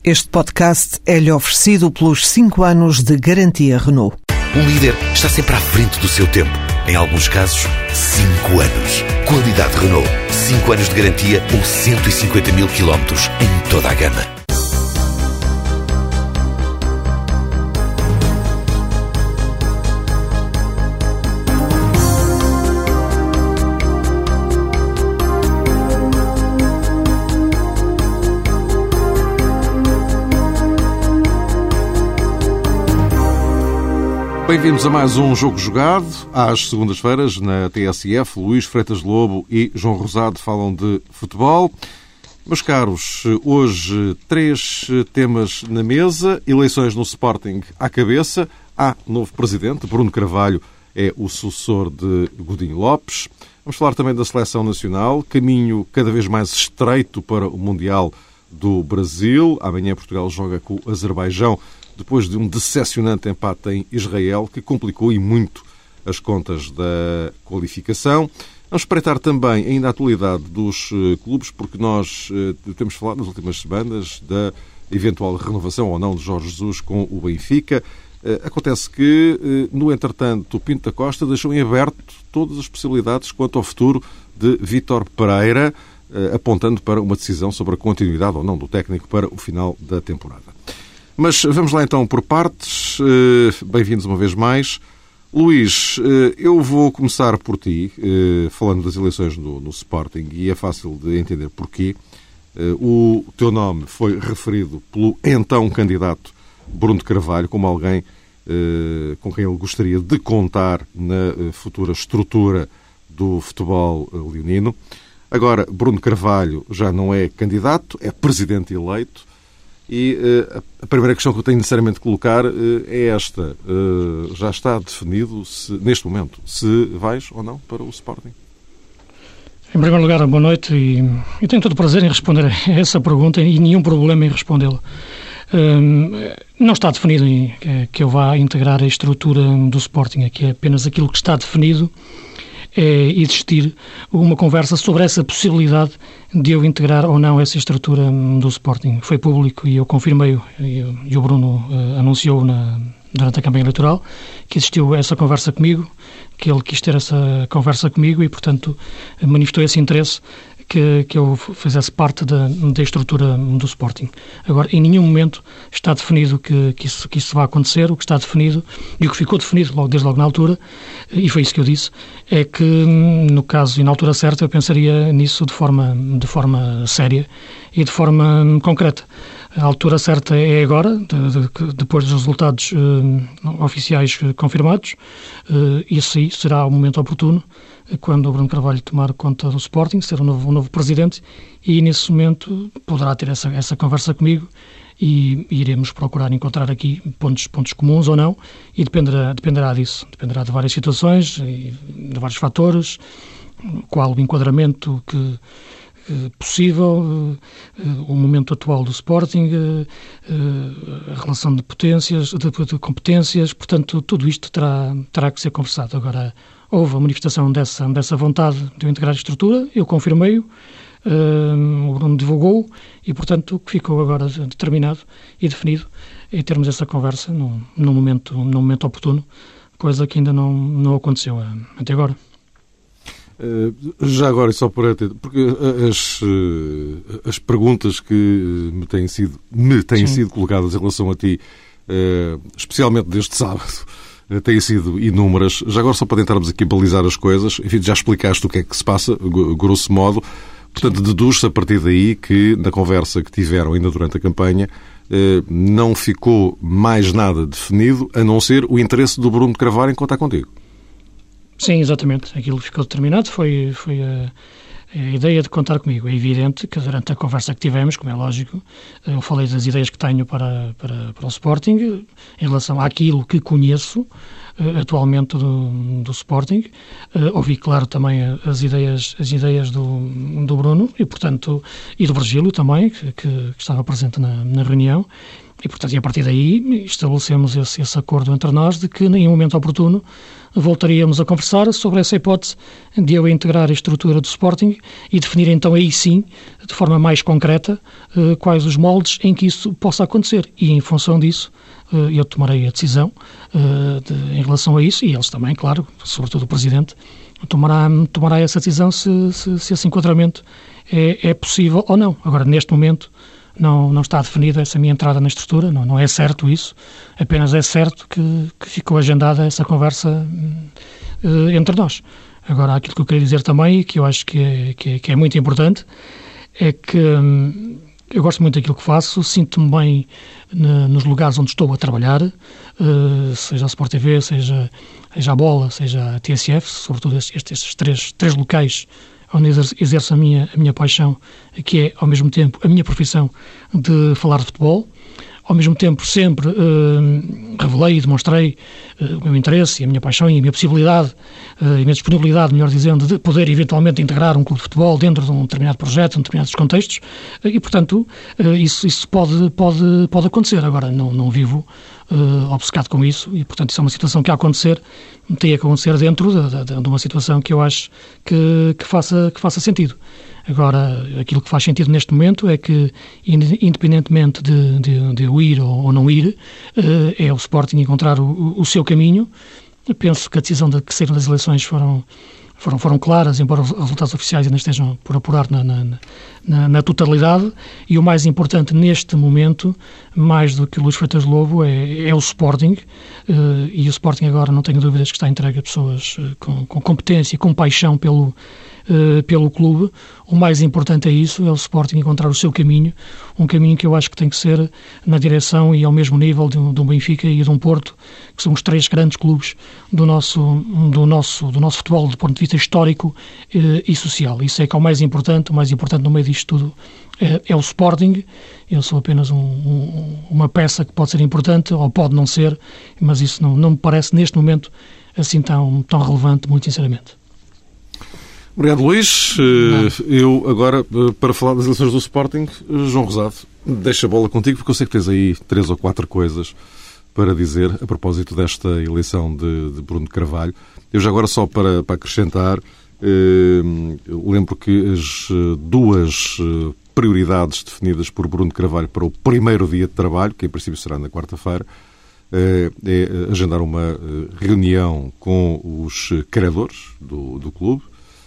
Este podcast é-lhe oferecido pelos 5 anos de garantia Renault. Um líder está sempre à frente do seu tempo. Em alguns casos, 5 anos. Qualidade Renault. 5 anos de garantia ou 150 mil quilómetros em toda a gama. Bem-vindos a mais um Jogo Jogado. Às segundas-feiras, na TSF, Luís Freitas Lobo e João Rosado falam de futebol. Meus caros, hoje 3 temas na mesa. Eleições no Sporting à cabeça. Há novo presidente, Bruno Carvalho é o sucessor de Godinho Lopes. Vamos falar também da Seleção Nacional. Caminho cada vez mais estreito para o Mundial do Brasil. Amanhã Portugal joga com o Azerbaijão, depois de um decepcionante empate em Israel, que complicou e muito as contas da qualificação. Vamos espreitar também ainda a atualidade dos clubes, porque nós temos falado nas últimas semanas da eventual renovação ou não de Jorge Jesus com o Benfica. Acontece que, no entretanto, o Pinto da Costa deixou em aberto todas as possibilidades quanto ao futuro de Vítor Pereira, apontando para uma decisão sobre a continuidade ou não do técnico para o final da temporada. Mas vamos lá então por partes. Bem-vindos uma vez mais. Luís, eu vou começar por ti, falando das eleições no Sporting, e é fácil de entender porquê. O teu nome foi referido pelo então candidato Bruno Carvalho como alguém com quem ele gostaria de contar na futura estrutura do futebol leonino. Agora, Bruno Carvalho já não é candidato, é presidente eleito. E a primeira questão que eu tenho necessariamente de colocar é esta. Já está definido, neste momento, se vais ou não para o Sporting? Em primeiro lugar, boa noite, e tenho todo o prazer em responder a essa pergunta e nenhum problema em respondê-la. Não está definido que eu vá integrar a estrutura do Sporting, aqui é apenas aquilo que está definido. É existir uma conversa sobre essa possibilidade de eu integrar ou não essa estrutura do Sporting. Foi público e eu confirmei, e o Bruno anunciou durante a campanha eleitoral que existiu essa conversa comigo, que ele quis ter essa conversa comigo e, portanto, manifestou esse interesse que eu fizesse parte da estrutura do Sporting. Agora, em nenhum momento está definido que isso vai acontecer. O que está definido, e o que ficou definido desde logo na altura, e foi isso que eu disse, é que, no caso e na altura certa, eu pensaria nisso de forma séria e de forma concreta. A altura certa é agora, depois dos resultados oficiais confirmados. Isso aí será o momento oportuno, quando o Bruno Carvalho tomar conta do Sporting, ser um novo presidente, e nesse momento poderá ter essa conversa comigo e iremos procurar encontrar aqui pontos comuns ou não, e dependerá disso. Dependerá de várias situações e de vários fatores, qual o enquadramento possível, o momento atual do Sporting, a relação de potências, de competências, portanto, tudo isto terá que ser conversado. Agora, houve a manifestação dessa vontade de eu integrar a estrutura, eu confirmei-o, o Bruno divulgou e, portanto, o que ficou agora determinado e definido é termos essa conversa num momento oportuno, coisa que ainda não aconteceu até agora. Já agora, e só por atender, porque as perguntas que me têm sido colocadas em relação a ti, especialmente deste sábado, têm sido inúmeras. Já agora, só para tentarmos aqui balizar as coisas, enfim, já explicaste o que é que se passa, grosso modo. Portanto, deduz-se a partir daí que, na conversa que tiveram ainda durante a campanha, não ficou mais nada definido, a não ser o interesse do Bruno Carvalho em contar contigo. Sim, exatamente. Aquilo que ficou determinado foi a ideia de contar comigo. É evidente que durante a conversa que tivemos, como é lógico, eu falei das ideias que tenho para o Sporting, em relação àquilo que conheço atualmente do Sporting. Ouvi, claro, também as ideias do Bruno e, portanto, e do Virgílio também, que estava presente na reunião. E, portanto, a partir daí estabelecemos esse acordo entre nós de que, em um momento oportuno, voltaríamos a conversar sobre essa hipótese de eu integrar a estrutura do Sporting e definir então aí sim de forma mais concreta quais os moldes em que isso possa acontecer. E, em função disso, eu tomarei a decisão em relação a isso, e eles também, claro, sobretudo o Presidente, tomará essa decisão se esse enquadramento é possível ou não. Agora, neste momento, não está definida essa minha entrada na estrutura, não é certo isso, apenas é certo que ficou agendada essa conversa entre nós. Agora, aquilo que eu queria dizer também, e que eu acho que é muito importante, é que eu gosto muito daquilo que faço, sinto-me bem nos lugares onde estou a trabalhar, seja a Sport TV, seja a Bola, seja a TSF, sobretudo estes três locais onde exerço a minha paixão, que é, ao mesmo tempo, a minha profissão de falar de futebol. Ao mesmo tempo, sempre revelei e demonstrei o meu interesse e a minha paixão e a minha possibilidade e a minha disponibilidade, melhor dizendo, de poder eventualmente integrar um clube de futebol dentro de um determinado projeto, em determinados contextos, e, portanto, isso pode acontecer. Agora, não vivo obcecado com isso e, portanto, isso é uma situação que, a acontecer, tem que acontecer dentro de uma situação que eu acho que faça sentido. Agora, aquilo que faz sentido neste momento é que, independentemente de eu ir ou não ir, é o Sporting encontrar o seu caminho. Eu penso que a decisão de que saíram das eleições foram claras, embora os resultados oficiais ainda estejam por apurar na totalidade, e o mais importante neste momento, mais do que o Luís Freitas Lobo, é o Sporting, e o Sporting agora não tenho dúvidas que está entregue a pessoas com competência, com paixão pelo clube. O mais importante é isso, é o Sporting encontrar o seu caminho, um caminho que eu acho que tem que ser na direção e ao mesmo nível de um Benfica e de um Porto, que são os três grandes clubes do nosso futebol, do ponto de vista histórico e social. Isso é que é o mais importante no meio disto tudo é o Sporting. Eu sou apenas uma peça que pode ser importante ou pode não ser, mas isso não me parece neste momento assim tão relevante, muito sinceramente. Obrigado, Luís. Eu agora, para falar das eleições do Sporting, João Rosado, deixo a bola contigo, porque eu sei que tens aí 3 ou 4 coisas para dizer a propósito desta eleição de Bruno Carvalho. Eu já agora, só para acrescentar, lembro que as 2 prioridades definidas por Bruno Carvalho para o primeiro dia de trabalho, que em princípio será na quarta-feira, é agendar uma reunião com os criadores do clube,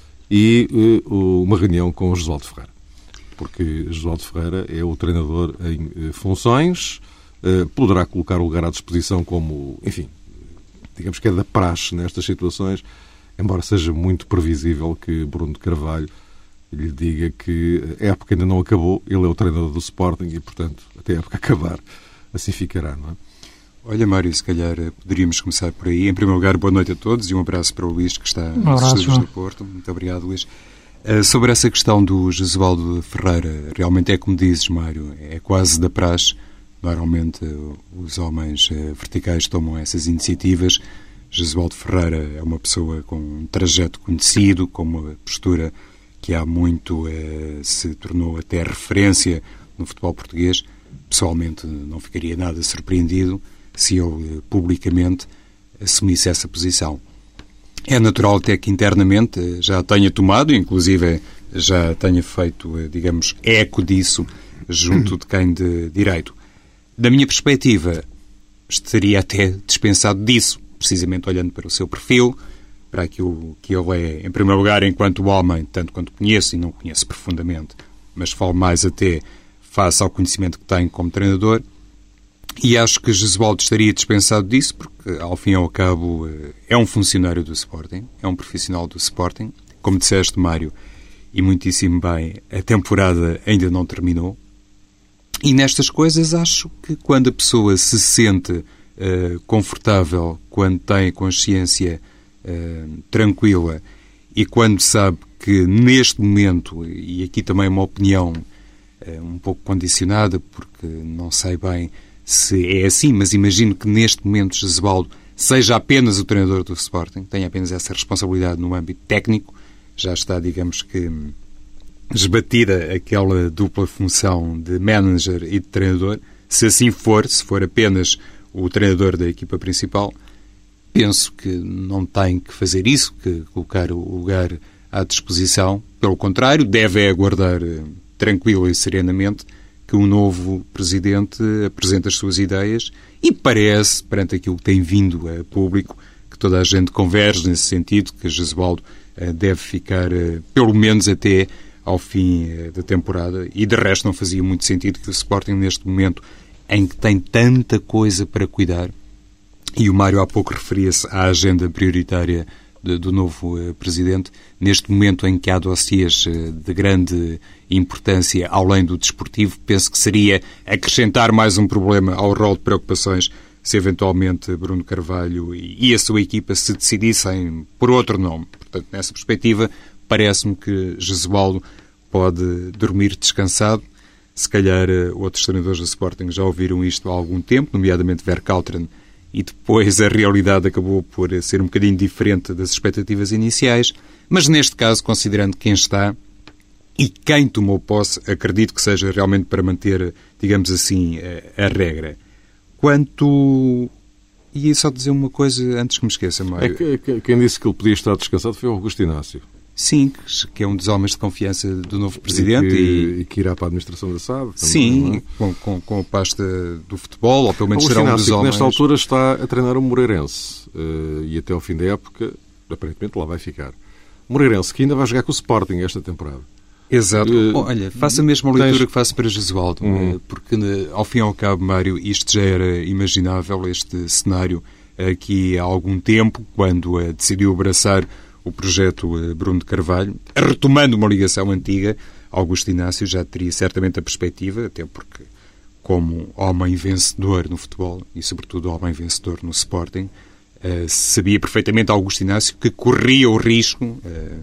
e uma reunião com o Jesualdo Ferreira. Porque Jesualdo Ferreira é o treinador em funções, poderá colocar o lugar à disposição como, enfim, digamos que é da praxe nestas situações, embora seja muito previsível que Bruno de Carvalho lhe diga que a época ainda não acabou, ele é o treinador do Sporting e, portanto, até a época acabar, assim ficará, não é? Olha, Mário, se calhar poderíamos começar por aí. Em primeiro lugar, boa noite a todos e um abraço para o Luís, que está nos estúdios do Porto. Muito obrigado, Luís. Sobre essa questão do Jesualdo Ferreira, realmente é como dizes, Mário, é quase da praxe. Normalmente os homens verticais tomam essas iniciativas. Jesualdo Ferreira é uma pessoa com um trajeto conhecido, com uma postura que há muito se tornou até referência no futebol português. Pessoalmente não ficaria nada surpreendido se ele publicamente assumisse essa posição. É natural até que internamente já tenha tomado, inclusive já tenha feito, digamos, eco disso junto de quem de direito. Da minha perspectiva, estaria até dispensado disso, precisamente olhando para o seu perfil, para aquilo que ele é, em primeiro lugar, enquanto homem, tanto quanto conheço, e não conheço profundamente, mas falo mais até face ao conhecimento que tenho como treinador. E acho que Jesualdo estaria dispensado disso, porque, ao fim e ao cabo, é um funcionário do Sporting, é um profissional do Sporting. Como disseste, Mário, e muitíssimo bem, a temporada ainda não terminou. E nestas coisas acho que quando a pessoa se sente confortável, quando tem consciência tranquila e quando sabe que neste momento, e aqui também uma opinião um pouco condicionada, porque não sei bem se é assim, mas imagino que neste momento Jesualdo seja apenas o treinador do Sporting, tenha apenas essa responsabilidade no âmbito técnico, já está, digamos que, esbatida aquela dupla função de manager e de treinador. Se assim for, se for apenas o treinador da equipa principal, penso que não tem que fazer isso, que colocar o lugar à disposição. Pelo contrário, deve aguardar tranquila e serenamente, que um novo presidente apresenta as suas ideias e parece, perante aquilo que tem vindo a público, que toda a gente converge nesse sentido, que Jesualdo deve ficar pelo menos até ao fim da temporada, e de resto não fazia muito sentido que o Sporting, neste momento em que tem tanta coisa para cuidar, e o Mário há pouco referia-se à agenda prioritária do novo presidente, neste momento em que há dossiês de grande importância além do desportivo, penso que seria acrescentar mais um problema ao rol de preocupações se eventualmente Bruno Carvalho e a sua equipa se decidissem por outro nome. Portanto, nessa perspectiva, parece-me que Jesualdo pode dormir descansado. Se calhar outros treinadores do Sporting já ouviram isto há algum tempo, nomeadamente Verkaltren, e depois a realidade acabou por ser um bocadinho diferente das expectativas iniciais, mas neste caso, considerando quem está e quem tomou posse, acredito que seja realmente para manter, digamos assim, a regra. Quanto... E só dizer uma coisa antes que me esqueça, Mário. Quem disse que ele podia estar descansado foi o Augusto Inácio. Sim, que é um dos homens de confiança do novo presidente. E que irá para a administração da SAD. Sim, com a pasta do futebol, ou pelo menos será um dos homens. Nesta altura está a treinar o Moreirense e até ao fim da época, aparentemente, lá vai ficar. Moreirense, que ainda vai jogar com o Sporting esta temporada. Exato. Olha, faço a mesma leitura que faço para Jesualdo, porque ao fim e ao cabo, Mário, isto já era imaginável, este cenário, aqui há algum tempo, quando decidiu abraçar o projeto Bruno de Carvalho, retomando uma ligação antiga. Augusto Inácio já teria certamente a perspectiva, até porque, como homem vencedor no futebol e, sobretudo, homem vencedor no Sporting, sabia perfeitamente Augusto Inácio que corria o risco,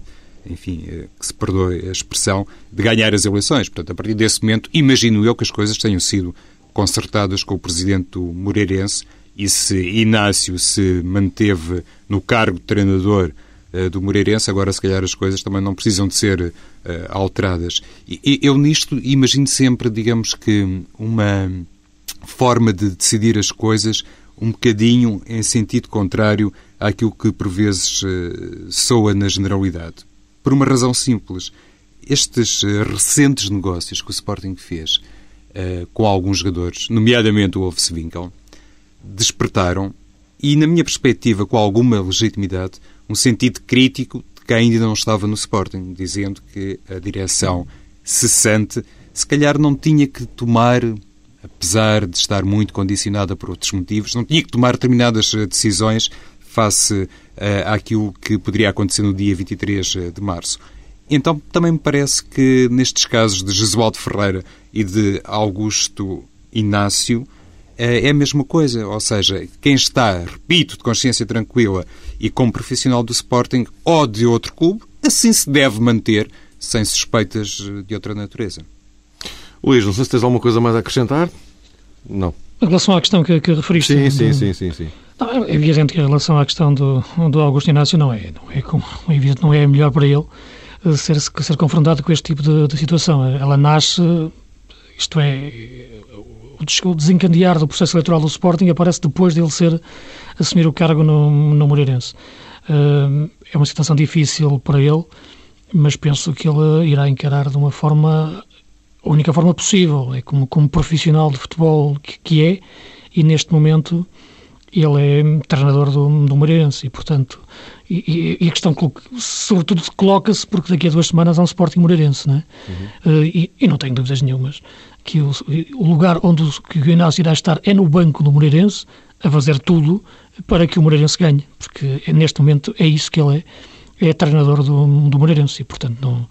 que se perdoe a expressão, de ganhar as eleições. Portanto, a partir desse momento, imagino eu que as coisas tenham sido concertadas com o presidente do Moreirense, e se Inácio se manteve no cargo de treinador do Moreirense, agora se calhar as coisas também não precisam de ser alteradas. E eu nisto imagino sempre, digamos que, uma forma de decidir as coisas um bocadinho em sentido contrário àquilo que por vezes soa na generalidade. Por uma razão simples. Estes recentes negócios que o Sporting fez com alguns jogadores, nomeadamente o Wolfswinkel, despertaram, e na minha perspectiva com alguma legitimidade, um sentido crítico de quem ainda não estava no Sporting, dizendo que a direção cessante se calhar não tinha que tomar, apesar de estar muito condicionada por outros motivos, não tinha que tomar determinadas decisões face àquilo que poderia acontecer no dia 23 de março. Então também me parece que nestes casos de Jesualdo Ferreira e de Augusto Inácio, é a mesma coisa, ou seja, quem está, repito, de consciência tranquila e como profissional do Sporting ou de outro clube, assim se deve manter, sem suspeitas de outra natureza. Luís, não sei se tens alguma coisa mais a acrescentar? Não. Em relação à questão que referiste... Sim. Não, é evidente que em relação à questão do Augusto Inácio não é evidente, não é melhor para ele ser confrontado com este tipo de situação. Ela nasce, isto é... O desencadear do processo eleitoral do Sporting aparece depois de ele assumir o cargo no Moreirense. É uma situação difícil para ele, mas penso que ele irá encarar de uma forma, a única forma possível, é como profissional de futebol que é, e neste momento ele é treinador do Moreirense, e portanto, e a questão sobretudo coloca-se porque daqui a 2 semanas há um Sporting Moreirense, não é? E não tenho dúvidas nenhumas que o lugar onde o Inácio irá estar é no banco do Moreirense, a fazer tudo para que o Moreirense ganhe, porque neste momento é isso que ele é treinador do Moreirense, e portanto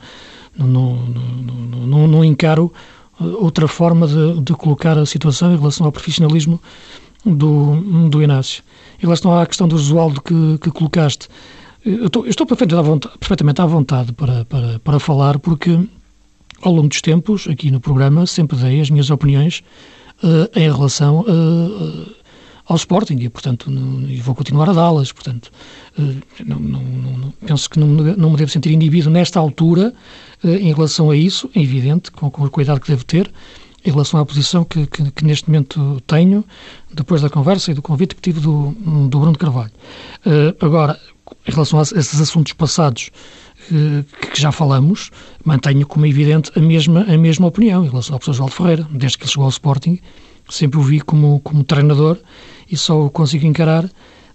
não encaro outra forma de colocar a situação em relação ao profissionalismo do Inácio. Em relação à questão do Jesualdo que colocaste, eu estou perfeitamente à vontade para falar, porque ao longo dos tempos, aqui no programa, sempre dei as minhas opiniões em relação ao Sporting, e portanto vou continuar a dá-las. Portanto, penso que não me devo sentir inibido nesta altura em relação a isso, é evidente, com o cuidado que devo ter, em relação à posição que neste momento tenho, depois da conversa e do convite que tive do Bruno de Carvalho. Agora, em relação a esses assuntos passados que já falamos, mantenho como evidente a mesma opinião em relação ao professor Osvaldo Ferreira. Desde que ele chegou ao Sporting, sempre o vi como treinador e só o consigo encarar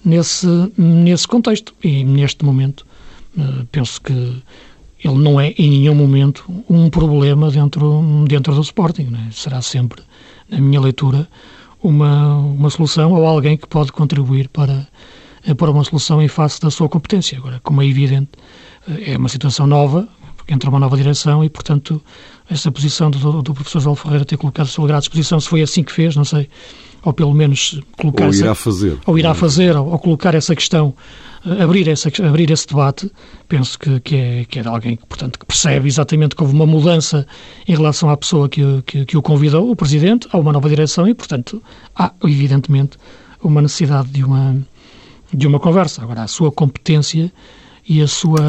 nesse contexto. E neste momento penso que ele não é em nenhum momento um problema dentro do Sporting, não é? Será sempre, na minha leitura, uma solução ou alguém que pode contribuir para uma solução em face da sua competência. Agora, como é evidente, é uma situação nova, entra uma nova direção e, portanto, essa posição do professor Osvaldo Ferreira ter colocado o seu lugar à disposição, se foi assim que fez, não sei, ou pelo menos colocar... Ou irá fazer. Ou irá fazer, ou colocar essa questão, abrir esse debate, penso que é de alguém que, portanto, que percebe exatamente que houve uma mudança em relação à pessoa que o convidou, o Presidente, há uma nova direção e, portanto, há, evidentemente, uma necessidade de uma conversa. Agora, a sua competência e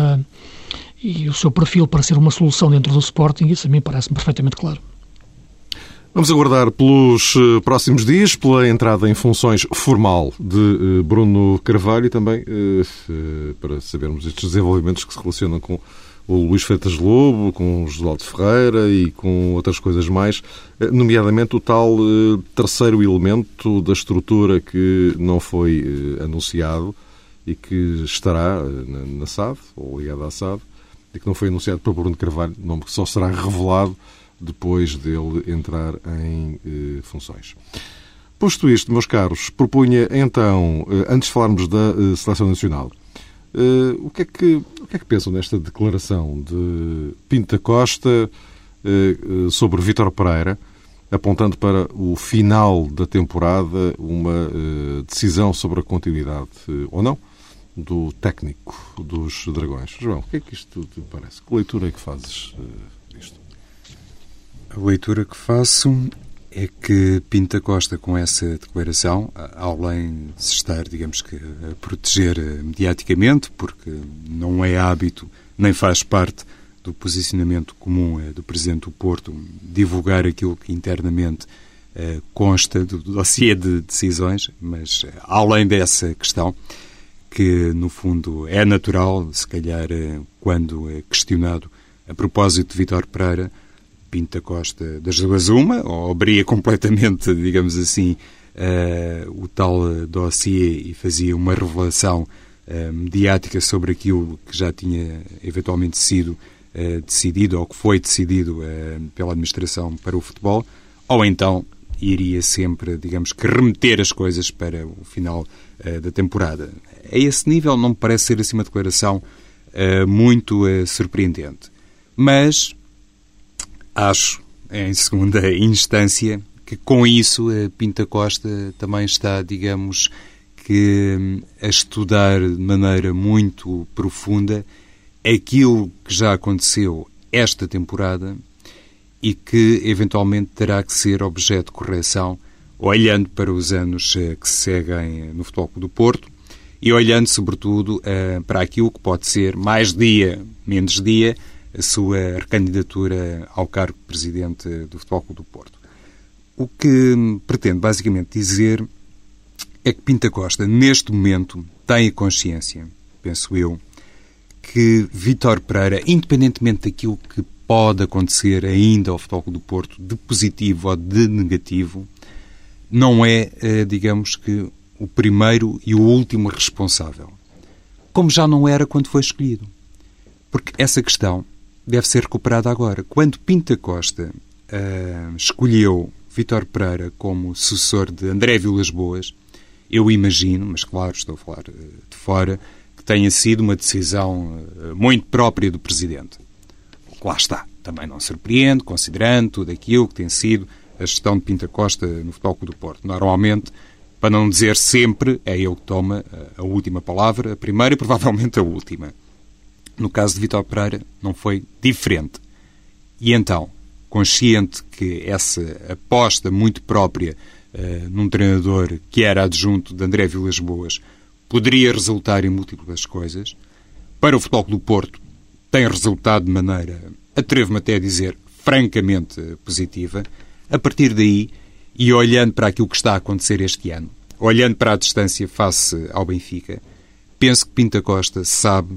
o seu perfil para ser uma solução dentro do Sporting, isso a mim parece-me perfeitamente claro. Vamos aguardar pelos próximos dias, pela entrada em funções formal de Bruno Carvalho e também para sabermos estes desenvolvimentos que se relacionam com o Luís Freitas Lobo, com o Osvaldo Ferreira e com outras coisas mais, nomeadamente o tal terceiro elemento da estrutura que não foi anunciado e que estará na SAD, ou ligado à SAD, e que não foi anunciado por Bruno Carvalho, nome que só será revelado depois dele entrar em funções. Posto isto, meus caros, propunha então, antes de falarmos da Seleção Nacional, o que é que pensam nesta declaração de Pinto da Costa sobre Vítor Pereira, apontando para o final da temporada uma decisão sobre a continuidade, ou não, do técnico dos Dragões? João, o que é que isto te parece? Que leitura é que fazes disto? A leitura que faço é que Pinto da Costa, com essa declaração, além de se estar, digamos que, a proteger mediaticamente, porque não é hábito, nem faz parte do posicionamento comum do Presidente do Porto, divulgar aquilo que internamente consta do dossiê de decisões, mas além dessa questão, que no fundo é natural, se calhar quando é questionado a propósito de Vítor Pereira, Pinto da Costa das duas uma, ou abria completamente, digamos assim, o tal dossiê e fazia uma revelação mediática sobre aquilo que já tinha eventualmente sido decidido ou que foi decidido pela administração para o futebol, ou então iria sempre, digamos que, remeter as coisas para o final da temporada. A esse nível não me parece ser assim uma declaração muito surpreendente. Mas acho, em segunda instância, que com isso Pinto da Costa também está, digamos, que a estudar de maneira muito profunda aquilo que já aconteceu esta temporada e que eventualmente terá que ser objeto de correção, olhando para os anos que se seguem no Futebol Clube do Porto e olhando, sobretudo, para aquilo que pode ser, mais dia, menos dia, a sua recandidatura ao cargo de Presidente do Futebol Clube do Porto. O que pretendo basicamente dizer é que Pinto da Costa, neste momento, tem a consciência, penso eu, que Vítor Pereira, independentemente daquilo que pode acontecer ainda ao Futebol Clube do Porto, de positivo ou de negativo, não é, digamos que, o primeiro e o último responsável. Como já não era quando foi escolhido. Porque essa questão deve ser recuperada agora. Quando Pinto da Costa escolheu Vítor Pereira como sucessor de André Vilas-Boas, eu imagino, mas claro, estou a falar de fora, que tenha sido uma decisão muito própria do Presidente. Lá está. Também não surpreende, considerando tudo aquilo que tem sido a gestão de Pinto da Costa no Futebol Clube do Porto. Normalmente, para não dizer sempre, é ele que toma a última palavra, a primeira e provavelmente a última. No caso de Vítor Pereira, não foi diferente. E então, consciente que essa aposta muito própria num treinador que era adjunto de André Vilas-Boas poderia resultar em múltiplas coisas, para o Futebol Clube do Porto tem resultado de maneira, atrevo-me até a dizer, francamente positiva. A partir daí, e olhando para aquilo que está a acontecer este ano, olhando para a distância face ao Benfica, penso que Pinto da Costa sabe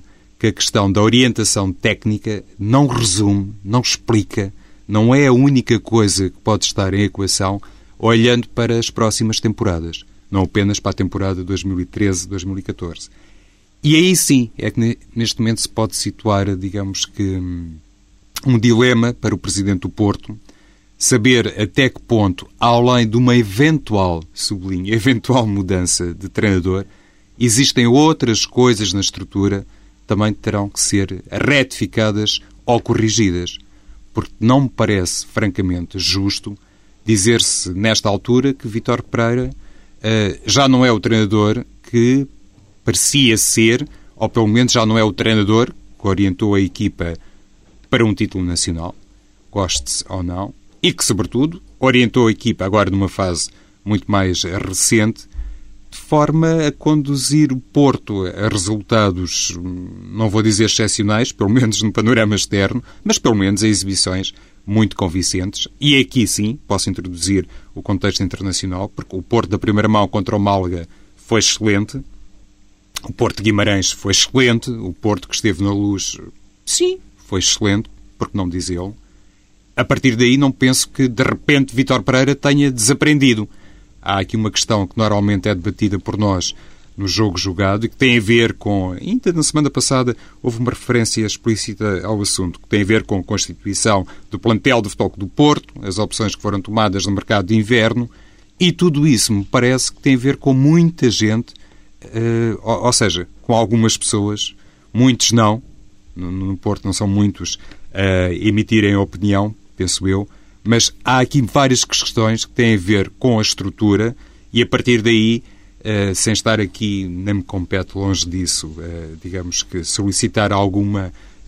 que a questão da orientação técnica não resume, não explica, não é a única coisa que pode estar em equação olhando para as próximas temporadas, não apenas para a temporada 2013-2014. E aí sim é que neste momento se pode situar, digamos que, um dilema para o Presidente do Porto, saber até que ponto, além de uma eventual, sublinho, eventual mudança de treinador, existem outras coisas na estrutura que também terão que ser retificadas ou corrigidas. Porque não me parece, francamente, justo dizer-se, nesta altura, que Vítor Pereira já não é o treinador que parecia ser, ou pelo menos já não é o treinador que orientou a equipa para um título nacional, goste-se ou não, e que, sobretudo, orientou a equipa, agora numa fase muito mais recente, de forma a conduzir o Porto a resultados, não vou dizer excepcionais, pelo menos no panorama externo, mas pelo menos a exibições muito convincentes. E aqui sim posso introduzir o contexto internacional, porque o Porto da primeira mão contra o Málaga foi excelente, o Porto de Guimarães foi excelente, o Porto que esteve na Luz, sim, foi excelente, porque não dizê-lo. A partir daí não penso que de repente Vítor Pereira tenha desaprendido. Há aqui uma questão que normalmente é debatida por nós no jogo jogado e que tem a ver com... Ainda na semana passada houve uma referência explícita ao assunto, que tem a ver com a constituição do plantel de futebol do Porto, as opções que foram tomadas no mercado de inverno, e tudo isso me parece que tem a ver com muita gente, ou seja, com algumas pessoas, muitos não, no Porto não são muitos a emitirem opinião, penso eu, mas há aqui várias questões que têm a ver com a estrutura e, a partir daí, sem estar aqui, nem me compete longe disso, digamos que solicitar alguma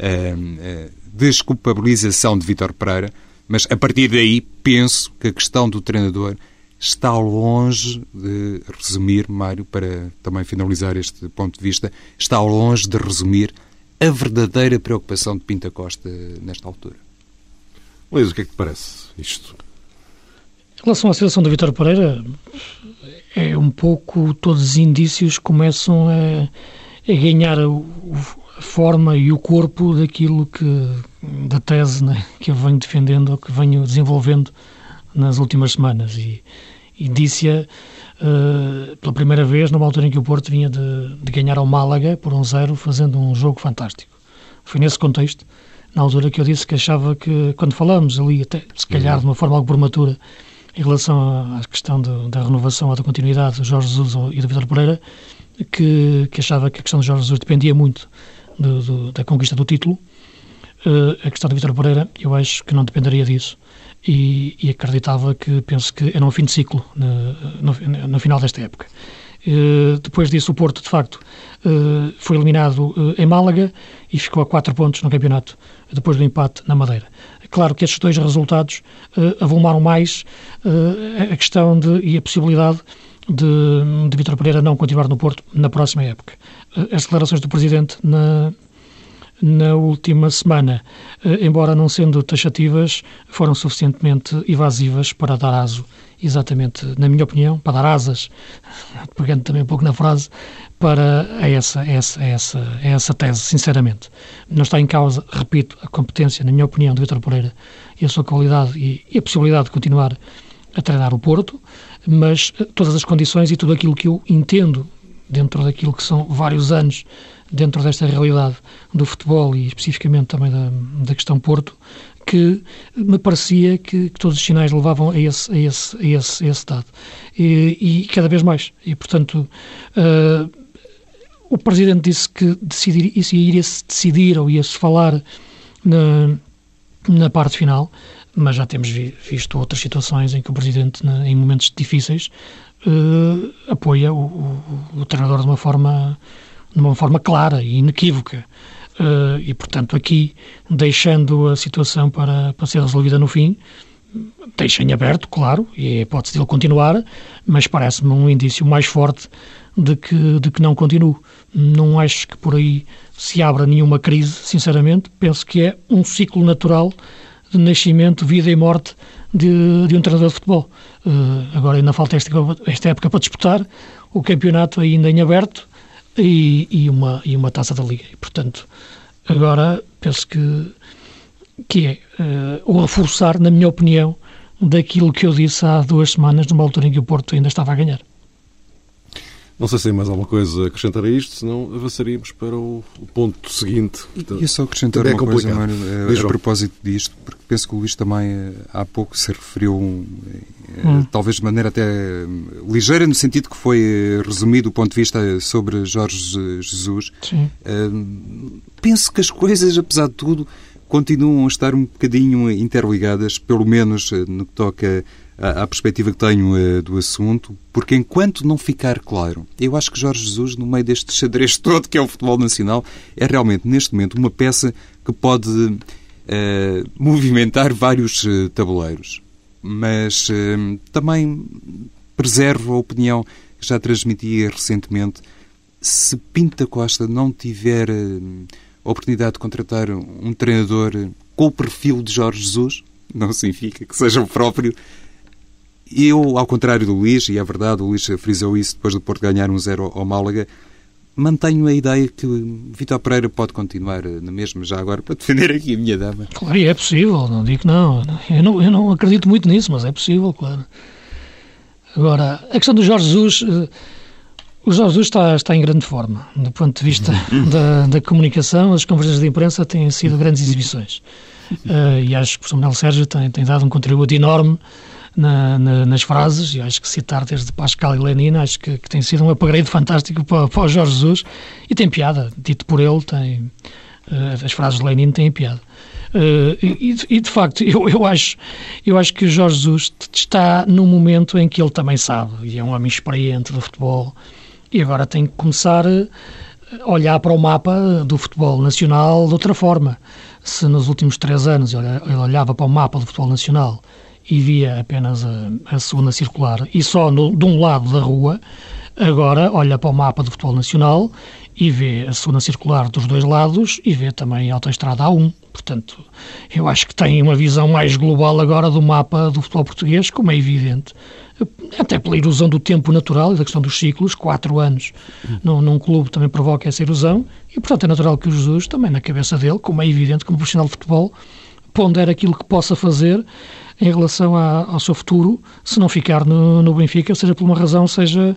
desculpabilização de Vítor Pereira, mas, a partir daí, penso que a questão do treinador está longe de resumir, Mário, para também finalizar este ponto de vista, está longe de resumir a verdadeira preocupação de Pinto Costa nesta altura. Luís, o que é que te parece isto? Em relação à situação do Vítor Pereira, é um pouco, todos os indícios começam a ganhar a forma e o corpo daquilo da tese, né, que eu venho defendendo ou que venho desenvolvendo nas últimas semanas. E disse-a pela primeira vez numa altura em que o Porto vinha de ganhar ao Málaga por 1-0, fazendo um jogo fantástico. Foi nesse contexto, na altura, que eu disse que achava que, quando falamos ali, até se calhar de uma forma algo prematura, em relação à questão da renovação ou da continuidade do Jorge Jesus e do Vítor Pereira, que achava que a questão do Jorge Jesus dependia muito da conquista do título. A questão do Vítor Pereira, eu acho que não dependeria disso. E acreditava penso que era um fim de ciclo no final desta época. Depois disso, o Porto, de facto, foi eliminado em Málaga e ficou a 4 pontos no campeonato, depois do empate na Madeira. Claro que estes dois resultados avolumaram mais a questão e a possibilidade de Vítor Pereira não continuar no Porto na próxima época. As declarações do Presidente na última semana, embora não sendo taxativas, foram suficientemente evasivas para dar aso, exatamente, na minha opinião, para dar asas, pegando também um pouco na frase, para essa tese, sinceramente. Não está em causa, repito, a competência, na minha opinião, de Vítor Pereira e a sua qualidade e a possibilidade de continuar a treinar o Porto, mas todas as condições e tudo aquilo que eu entendo dentro daquilo que são vários anos dentro desta realidade do futebol e especificamente também da questão Porto, que me parecia que todos os sinais levavam a esse dado. E cada vez mais. E, portanto, o Presidente disse que iria-se decidir ou ia-se falar na parte final, mas já temos visto outras situações em que o Presidente, em momentos difíceis, apoia o treinador de uma forma clara e inequívoca. E, portanto, aqui, deixando a situação para ser resolvida no fim, deixa em aberto, claro, e a hipótese de ele continuar, mas parece-me um indício mais forte de que não continue. Não acho que por aí se abra nenhuma crise, sinceramente. Penso que é um ciclo natural de nascimento, vida e morte de um treinador de futebol. Agora ainda falta esta época para disputar, o campeonato ainda em aberto. e uma Taça da Liga. E, portanto, agora penso que é o reforçar, na minha opinião, daquilo que eu disse há 2 semanas, numa altura em que o Porto ainda estava a ganhar. Não sei se tem mais alguma coisa a acrescentar a isto, senão avançaríamos para o ponto seguinte. Portanto, e só acrescentar uma coisa, Mário, a propósito disto, porque penso que o Luís também há pouco se referiu, talvez de maneira até ligeira, no sentido que foi resumido o ponto de vista sobre Jorge Jesus. Penso que as coisas, apesar de tudo, continuam a estar um bocadinho interligadas, pelo menos no que toca à perspectiva que tenho do assunto, porque enquanto não ficar claro, eu acho que Jorge Jesus, no meio deste xadrez todo que é o futebol nacional, é realmente, neste momento, uma peça que pode movimentar vários tabuleiros. Mas também preservo a opinião que já transmiti recentemente. Se Pinto da Costa não tiver a oportunidade de contratar um treinador com o perfil de Jorge Jesus, não significa que seja o próprio. Eu, ao contrário do Luís, e é verdade, o Luís frisou isso depois do Porto ganhar 1-0 ao Málaga, mantenho a ideia que Vítor Pereira pode continuar na mesma, já agora, para defender aqui a minha dama. Claro, é possível, não digo que não. Eu não acredito muito nisso, mas é possível, claro. Agora, a questão do Jorge Jesus, o Jorge Jesus está em grande forma. Do ponto de vista da comunicação, as conferências de imprensa têm sido grandes exibições. E acho que o Samuel Sérgio tem dado um contributo enorme nas frases, e acho que citar desde Pascal e Lenin, acho que tem sido um upgrade fantástico para o Jorge Jesus, e tem piada, dito por ele, as frases de Lenin têm piada. E de facto, eu acho que o Jorge Jesus está num momento em que ele também sabe, e é um homem experiente do futebol, e agora tem que começar a olhar para o mapa do futebol nacional de outra forma. Se nos últimos 3 anos ele olhava para o mapa do futebol nacional e via apenas a segunda circular e só de um lado da rua, agora olha para o mapa do futebol nacional e vê a segunda circular dos 2 lados e vê também a autoestrada A1. Portanto, eu acho que tem uma visão mais global agora do mapa do futebol português, como é evidente, até pela erosão do tempo natural e da questão dos ciclos. 4 anos num clube também provoca essa erosão, e portanto é natural que o Jesus também, na cabeça dele, como é evidente, como profissional de futebol, pondere aquilo que possa fazer em relação ao seu futuro, se não ficar no Benfica, seja por uma razão, seja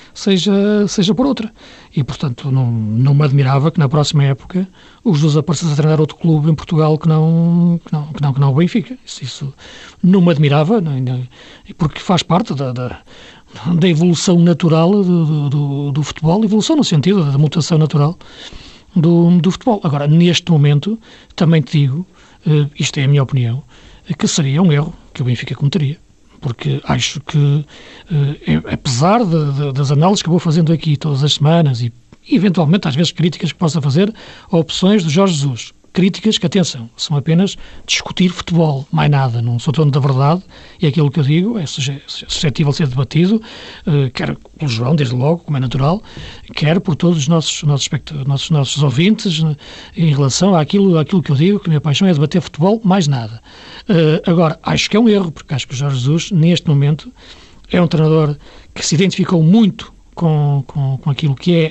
por outra. E, portanto, não me admirava que na próxima época o Jesus aparecesse a treinar outro clube em Portugal que não o Benfica. Isso não me admirava, porque faz parte da evolução natural do futebol, evolução no sentido da mutação natural do futebol. Agora, neste momento, também te digo, isto é a minha opinião, que seria um erro que o Benfica cometeria. Porque acho que, apesar das análises que vou fazendo aqui todas as semanas e eventualmente às vezes críticas que possa fazer a opções do Jorge Jesus, críticas que, atenção, são apenas discutir futebol, mais nada, não sou dono da verdade, e aquilo que eu digo é suscetível de ser debatido, quer pelo João, desde logo, como é natural, quer por todos os nossos ouvintes, em relação àquilo que eu digo, que a minha paixão é debater futebol, mais nada. Agora, acho que é um erro, porque acho que o Jorge Jesus, neste momento, é um treinador que se identificou muito com aquilo que é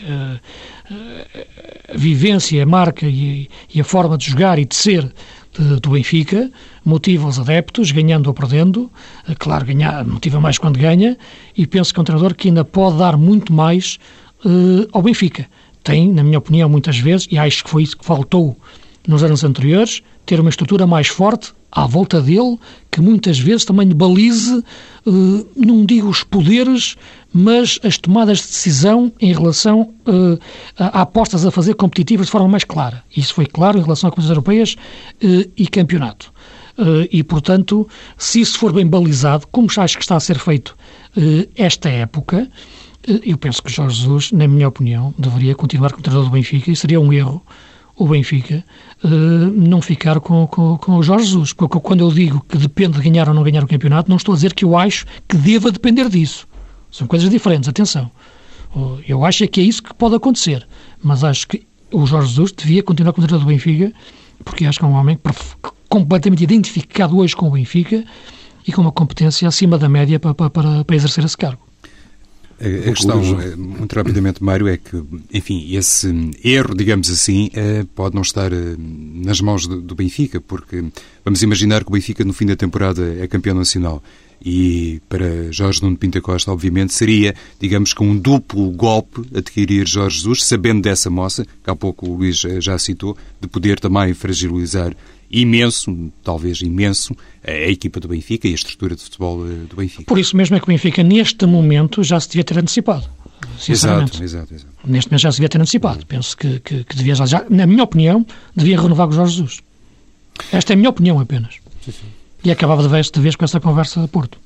a vivência, a marca e a forma de jogar e de ser do Benfica, motiva os adeptos, ganhando ou perdendo. Claro, ganhar motiva mais quando ganha, e penso que é um treinador que ainda pode dar muito mais ao Benfica. Tem, na minha opinião, muitas vezes, e acho que foi isso que faltou nos anos anteriores, ter uma estrutura mais forte à volta dele, que muitas vezes também balize, não digo os poderes, mas as tomadas de decisão em relação a apostas a fazer competitivas de forma mais clara. Isso foi claro em relação a competições europeias e campeonato. E, portanto, se isso for bem balizado, como acho que está a ser feito esta época, eu penso que Jorge Jesus, na minha opinião, deveria continuar como treinador do Benfica, e seria um erro o Benfica não ficar com o Jorge Jesus. Porque quando eu digo que depende de ganhar ou não ganhar o campeonato, não estou a dizer que eu acho que deva depender disso. São coisas diferentes, atenção. Eu acho é que é isso que pode acontecer. Mas acho que o Jorge Jesus devia continuar como treinador do Benfica, porque acho que é um homem completamente identificado hoje com o Benfica e com uma competência acima da média para exercer esse cargo. A questão, muito rapidamente, Mário, é que, enfim, esse erro, digamos assim, pode não estar nas mãos do Benfica, porque vamos imaginar que o Benfica, no fim da temporada, é campeão nacional. E para Jorge Nuno Pinto da Costa, obviamente, seria, digamos que um duplo golpe adquirir Jorge Jesus, sabendo dessa moça, que há pouco o Luís já citou, de poder também fragilizar imenso, talvez imenso, a equipa do Benfica e a estrutura de futebol do Benfica. Por isso mesmo é que o Benfica, neste momento, já se devia ter antecipado. Sinceramente. Exato. Neste momento já se devia ter antecipado. Penso que devia já, na minha opinião, devia renovar com o Jorge Jesus. Esta é a minha opinião apenas. Sim. E acabava de vez com essa conversa de Porto.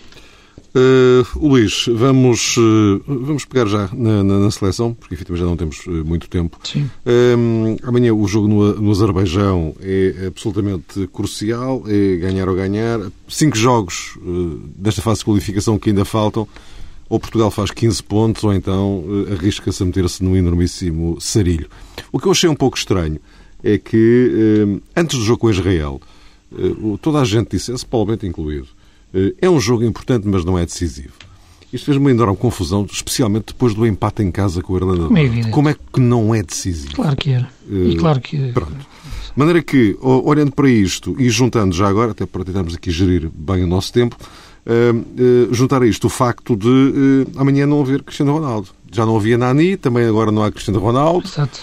Luís, vamos pegar já na seleção, porque efetivamente já não temos muito tempo. Sim. Amanhã o jogo no Azerbaijão é absolutamente crucial, é ganhar ou ganhar. 5 jogos desta fase de qualificação que ainda faltam. Ou Portugal faz 15 pontos, ou então arrisca-se a meter-se num enormíssimo sarilho. O que eu achei um pouco estranho é que, antes do jogo com Israel, toda a gente dissesse, Paulo Bento incluído, é um jogo importante, mas não é decisivo. Isto fez-me uma enorme confusão, especialmente depois do empate em casa com a Irlanda do Norte. Como é que não é decisivo? Claro que era. E claro que... Pronto. De maneira que, olhando para isto e juntando já agora, até para tentarmos aqui gerir bem o nosso tempo, juntar a isto o facto de amanhã não haver Cristiano Ronaldo. Já não havia Nani, também agora não há Cristiano Ronaldo. Exato.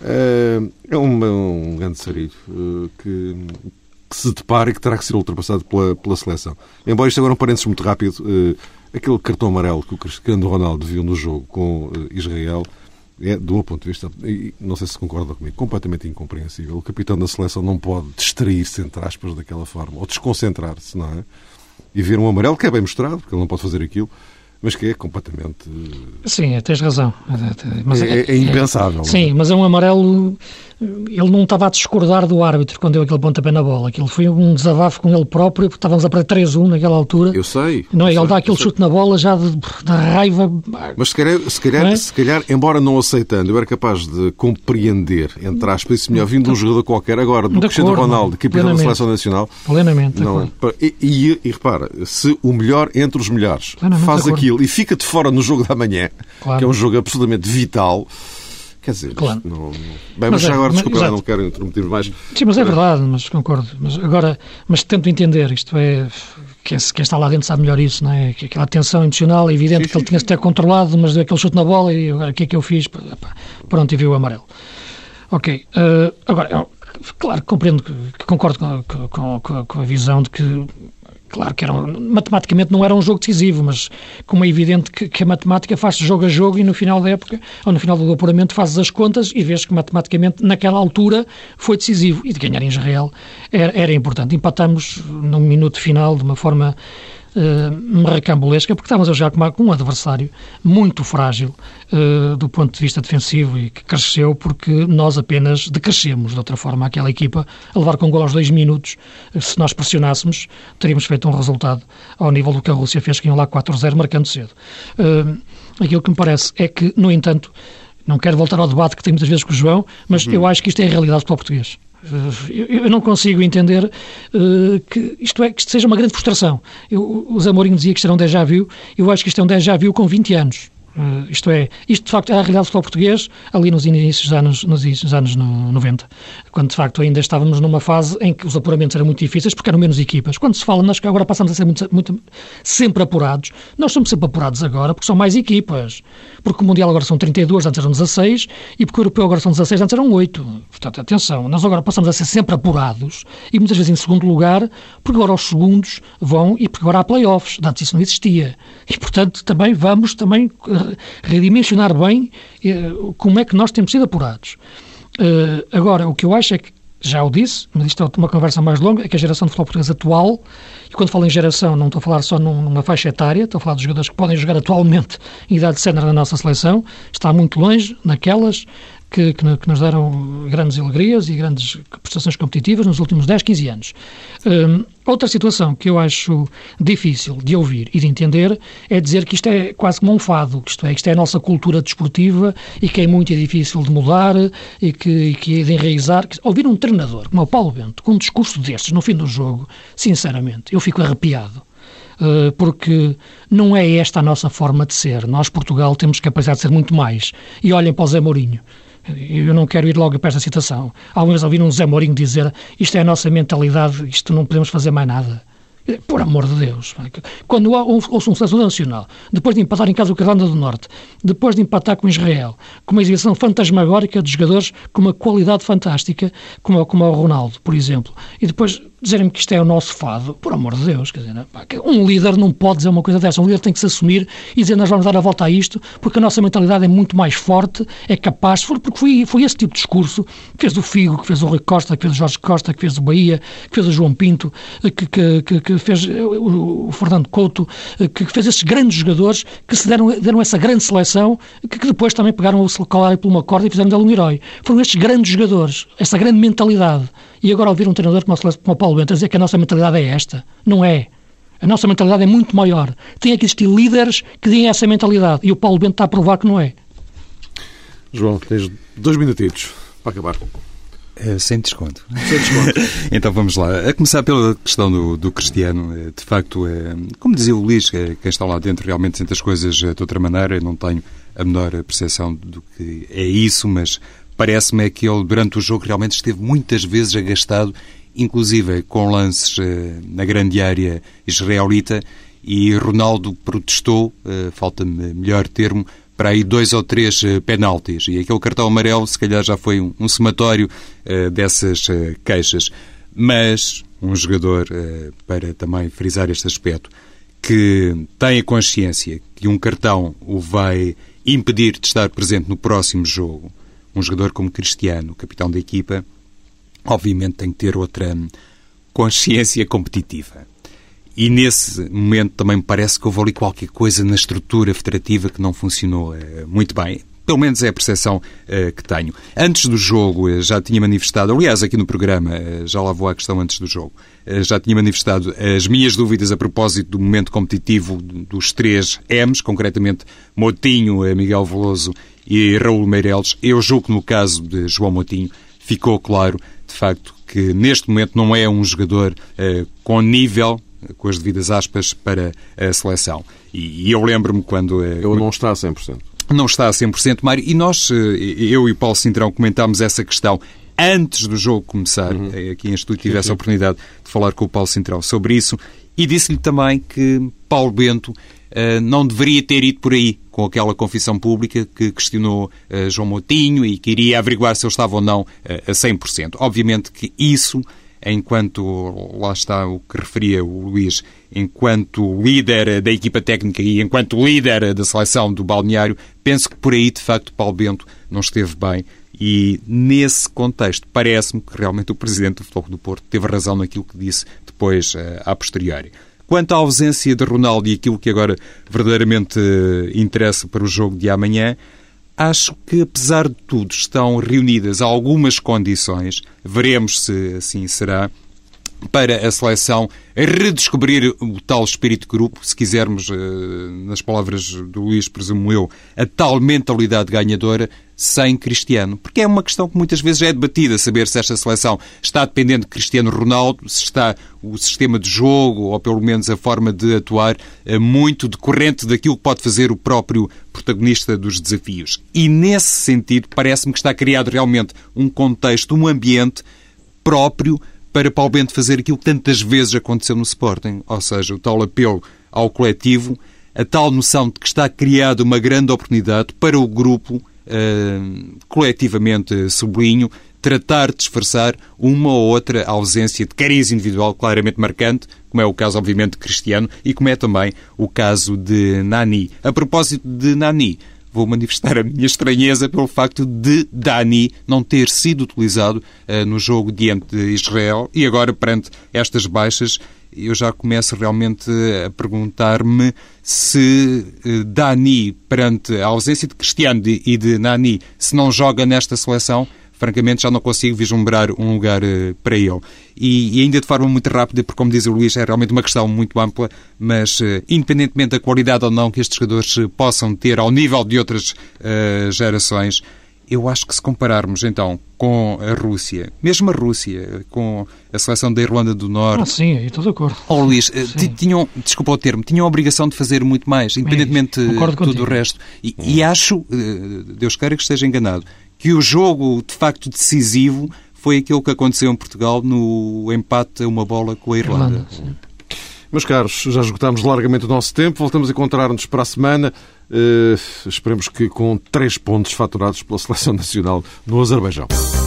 É um grande sarilho que se depara e que terá que ser ultrapassado pela seleção. Embora isto agora um parênteses muito rápido, aquele cartão amarelo que o Cristiano Ronaldo viu no jogo com Israel é, do meu ponto de vista, e não sei se concorda comigo, completamente incompreensível. O capitão da seleção não pode distrair-se, entre aspas, daquela forma, ou desconcentrar-se, não é? E ver um amarelo que é bem mostrado, porque ele não pode fazer aquilo, mas que é completamente... Sim, tens razão. Mas é impensável. Sim, mas é um amarelo... Ele não estava a discordar do árbitro quando deu aquele pontapé na bola. Aquilo foi um desabafo com ele próprio, porque estávamos a perder 3-1 naquela altura. Eu sei. Não, ele dá aquele chute na bola já de raiva. Mas se calhar, embora não aceitando, eu era capaz de compreender, entre aspas, isso melhor vindo de um jogador qualquer agora, do Cristiano Ronaldo, capitão da Seleção Nacional. Plenamente. Não, e repara, se o melhor entre os melhores faz aquilo e fica de fora no jogo da manhã, claro, que é um jogo absolutamente vital... Quer dizer, claro. Bem, mas já agora, desculpa, não quero interromper mais. Sim, mas é verdade, mas concordo. Mas tento entender, isto é, quem está lá dentro sabe melhor isso, não é? Que aquela tensão emocional, é evidente que ele tinha-se até controlado, mas deu aquele chute na bola e agora o que é que eu fiz? Pronto, e viu o amarelo. Ok, agora, claro, compreendo, que concordo com a visão de que, claro que matematicamente não era um jogo decisivo, mas como é evidente que a matemática faz-se jogo a jogo e no final da época, ou no final do apuramento, fazes as contas e vês que matematicamente naquela altura foi decisivo. E de ganhar em Israel era importante. Empatamos no minuto final de uma forma racambolesca, porque estávamos a jogar com um adversário muito frágil do ponto de vista defensivo e que cresceu porque nós apenas decrescemos. De outra forma, aquela equipa a levar com um gol aos 2 minutos, se nós pressionássemos, teríamos feito um resultado ao nível do que a Rússia fez, que iam lá 4-0 marcando cedo. Aquilo que me parece é que, no entanto, não quero voltar ao debate que tem muitas vezes com o João, mas eu acho que isto é a realidade do futebol português. Eu não consigo entender que isto seja uma grande frustração. O Amorim dizia que isto era um déjà vu. Eu acho que isto é um déjà vu com 20 anos. Isto de facto é a realidade do futebol português ali nos inícios dos anos 90, quando de facto ainda estávamos numa fase em que os apuramentos eram muito difíceis porque eram menos equipas. Quando se fala, nós que agora passamos a ser muito sempre apurados, nós somos sempre apurados agora porque são mais equipas, porque o Mundial agora são 32, antes eram 16, e porque o Europeu agora são 16, antes eram 8. Portanto, atenção, nós agora passamos a ser sempre apurados e muitas vezes em segundo lugar, porque agora os segundos vão e porque agora há play-offs, antes isso não existia. E portanto também vamos redimensionar bem como é que nós temos sido apurados. Agora, o que eu acho é que, já o disse, mas isto é uma conversa mais longa, é que a geração de futebol português atual, e quando falo em geração não estou a falar só numa faixa etária, estou a falar de jogadores que podem jogar atualmente em idade sénior na nossa seleção, está muito longe naquelas que nos deram grandes alegrias e grandes prestações competitivas nos últimos 10, 15 anos. Outra situação que eu acho difícil de ouvir e de entender é dizer que isto é quase como um fado, que isto é a nossa cultura desportiva e que é muito difícil de mudar e que é de enraizar. Ouvir um treinador como o Paulo Bento com um discurso destes no fim do jogo, sinceramente, eu fico arrepiado. porque não é esta a nossa forma de ser. Nós, Portugal, temos capacidade de ser muito mais. E olhem para o Zé Mourinho. Eu não quero ir logo para esta citação. Alguns ouviram um Zé Mourinho dizer isto é a nossa mentalidade, isto não podemos fazer mais nada. Por amor de Deus. Quando ouço um seleção nacional, depois de empatar em casa com a Irlanda do Norte, depois de empatar com Israel, com uma exibição fantasmagórica de jogadores com uma qualidade fantástica, como o Ronaldo, por exemplo, e depois dizerem-me que isto é o nosso fado, por amor de Deus, quer dizer, um líder não pode dizer uma coisa dessa, um líder tem que se assumir e dizer nós vamos dar a volta a isto, porque a nossa mentalidade é muito mais forte, é capaz, porque foi esse tipo de discurso que fez o Figo, que fez o Rui Costa, que fez o Jorge Costa, que fez o Bahia, que fez o João Pinto, que fez o Fernando Couto, que fez esses grandes jogadores que se deram essa grande seleção, que depois também pegaram o calário por uma corda e fizeram dele um herói. Foram estes grandes jogadores, essa grande mentalidade. E agora ouvir um treinador como o Paulo Bento dizer que a nossa mentalidade é esta. Não é. A nossa mentalidade é muito maior. Tem que existir líderes que deem essa mentalidade. E o Paulo Bento está a provar que não é. João, tens 2 minutitos para acabar. Sem desconto. Então vamos lá. A começar pela questão do Cristiano. De facto, como dizia o Luís, quem está lá dentro realmente sente as coisas de outra maneira. Eu não tenho a menor percepção do que é isso, mas parece-me que ele, durante o jogo, realmente esteve muitas vezes agastado, inclusive com lances na grande área israelita, e Ronaldo protestou, falta-me melhor termo, para aí 2 ou 3 penaltis. E aquele cartão amarelo, se calhar, já foi um somatório dessas queixas. Mas um jogador, para também frisar este aspecto, que tem a consciência que um cartão o vai impedir de estar presente no próximo jogo, um jogador como Cristiano, capitão da equipa, obviamente tem que ter outra consciência competitiva. E nesse momento também me parece que houve ali qualquer coisa na estrutura federativa que não funcionou muito bem. Pelo menos é a percepção que tenho. Antes do jogo já tinha manifestado, aliás aqui no programa, já lá vou à questão antes do jogo, já tinha manifestado as minhas dúvidas a propósito do momento competitivo dos 3 M's, concretamente Moutinho, Miguel Veloso e Raul Meireles. Eu julgo que no caso de João Moutinho ficou claro, de facto, que neste momento não é um jogador com nível, com as devidas aspas, para a seleção. E eu lembro-me quando... Ele não está a 100%. Não está a 100%, Mário. E nós, eu e Paulo Cintrão, comentámos essa questão antes do jogo começar. Aqui em estúdio tive essa oportunidade de falar com o Paulo Cintrão sobre isso. E disse-lhe também que Paulo Bento não deveria ter ido por aí com aquela confissão pública que questionou João Moutinho e que iria averiguar se ele estava ou não a 100%. Obviamente que isso, enquanto, lá está o que referia o Luís, enquanto líder da equipa técnica e enquanto líder da seleção do balneário, penso que por aí, de facto, Paulo Bento não esteve bem. E, nesse contexto, parece-me que realmente o Presidente do Futebol Clube do Porto teve razão naquilo que disse depois, a posteriori. Quanto à ausência de Ronaldo e aquilo que agora verdadeiramente interessa para o jogo de amanhã, acho que, apesar de tudo, estão reunidas algumas condições, veremos se assim será, para a seleção redescobrir o tal espírito de grupo, se quisermos, nas palavras do Luís, presumo eu, a tal mentalidade ganhadora sem Cristiano. Porque é uma questão que muitas vezes é debatida, saber se esta seleção está dependente de Cristiano Ronaldo, se está o sistema de jogo, ou pelo menos a forma de atuar, muito decorrente daquilo que pode fazer o próprio protagonista dos desafios. E nesse sentido, parece-me que está criado realmente um contexto, um ambiente próprio para Paulo Bento fazer aquilo que tantas vezes aconteceu no Sporting, ou seja, o tal apelo ao coletivo, a tal noção de que está criada uma grande oportunidade para o grupo, coletivamente sublinho, tratar de disfarçar uma ou outra ausência de cariz individual claramente marcante, como é o caso, obviamente, de Cristiano e como é também o caso de Nani. A propósito de Nani, vou manifestar a minha estranheza pelo facto de Dani não ter sido utilizado no jogo diante de Israel e agora, perante estas baixas, eu já começo realmente a perguntar-me se Dani, perante a ausência de Cristiano e de Nani, se não joga nesta seleção, francamente já não consigo vislumbrar um lugar para ele. E ainda de forma muito rápida, porque como diz o Luís, é realmente uma questão muito ampla, mas independentemente da qualidade ou não que estes jogadores possam ter ao nível de outras gerações, Eu acho que se compararmos, então, com a Rússia, mesmo a Rússia, com a seleção da Irlanda do Norte... sim, estou de acordo. Luís, tinham, desculpa o termo, tinham a obrigação de fazer muito mais, independentemente de tudo o resto. E acho, Deus queira que esteja enganado, que o jogo, de facto, decisivo foi aquilo que aconteceu em Portugal no empate a uma bola com a Irlanda. Meus caros, já esgotámos largamente o nosso tempo. Voltamos a encontrar-nos para a semana. Esperemos que com 3 pontos faturados pela Seleção Nacional no Azerbaijão.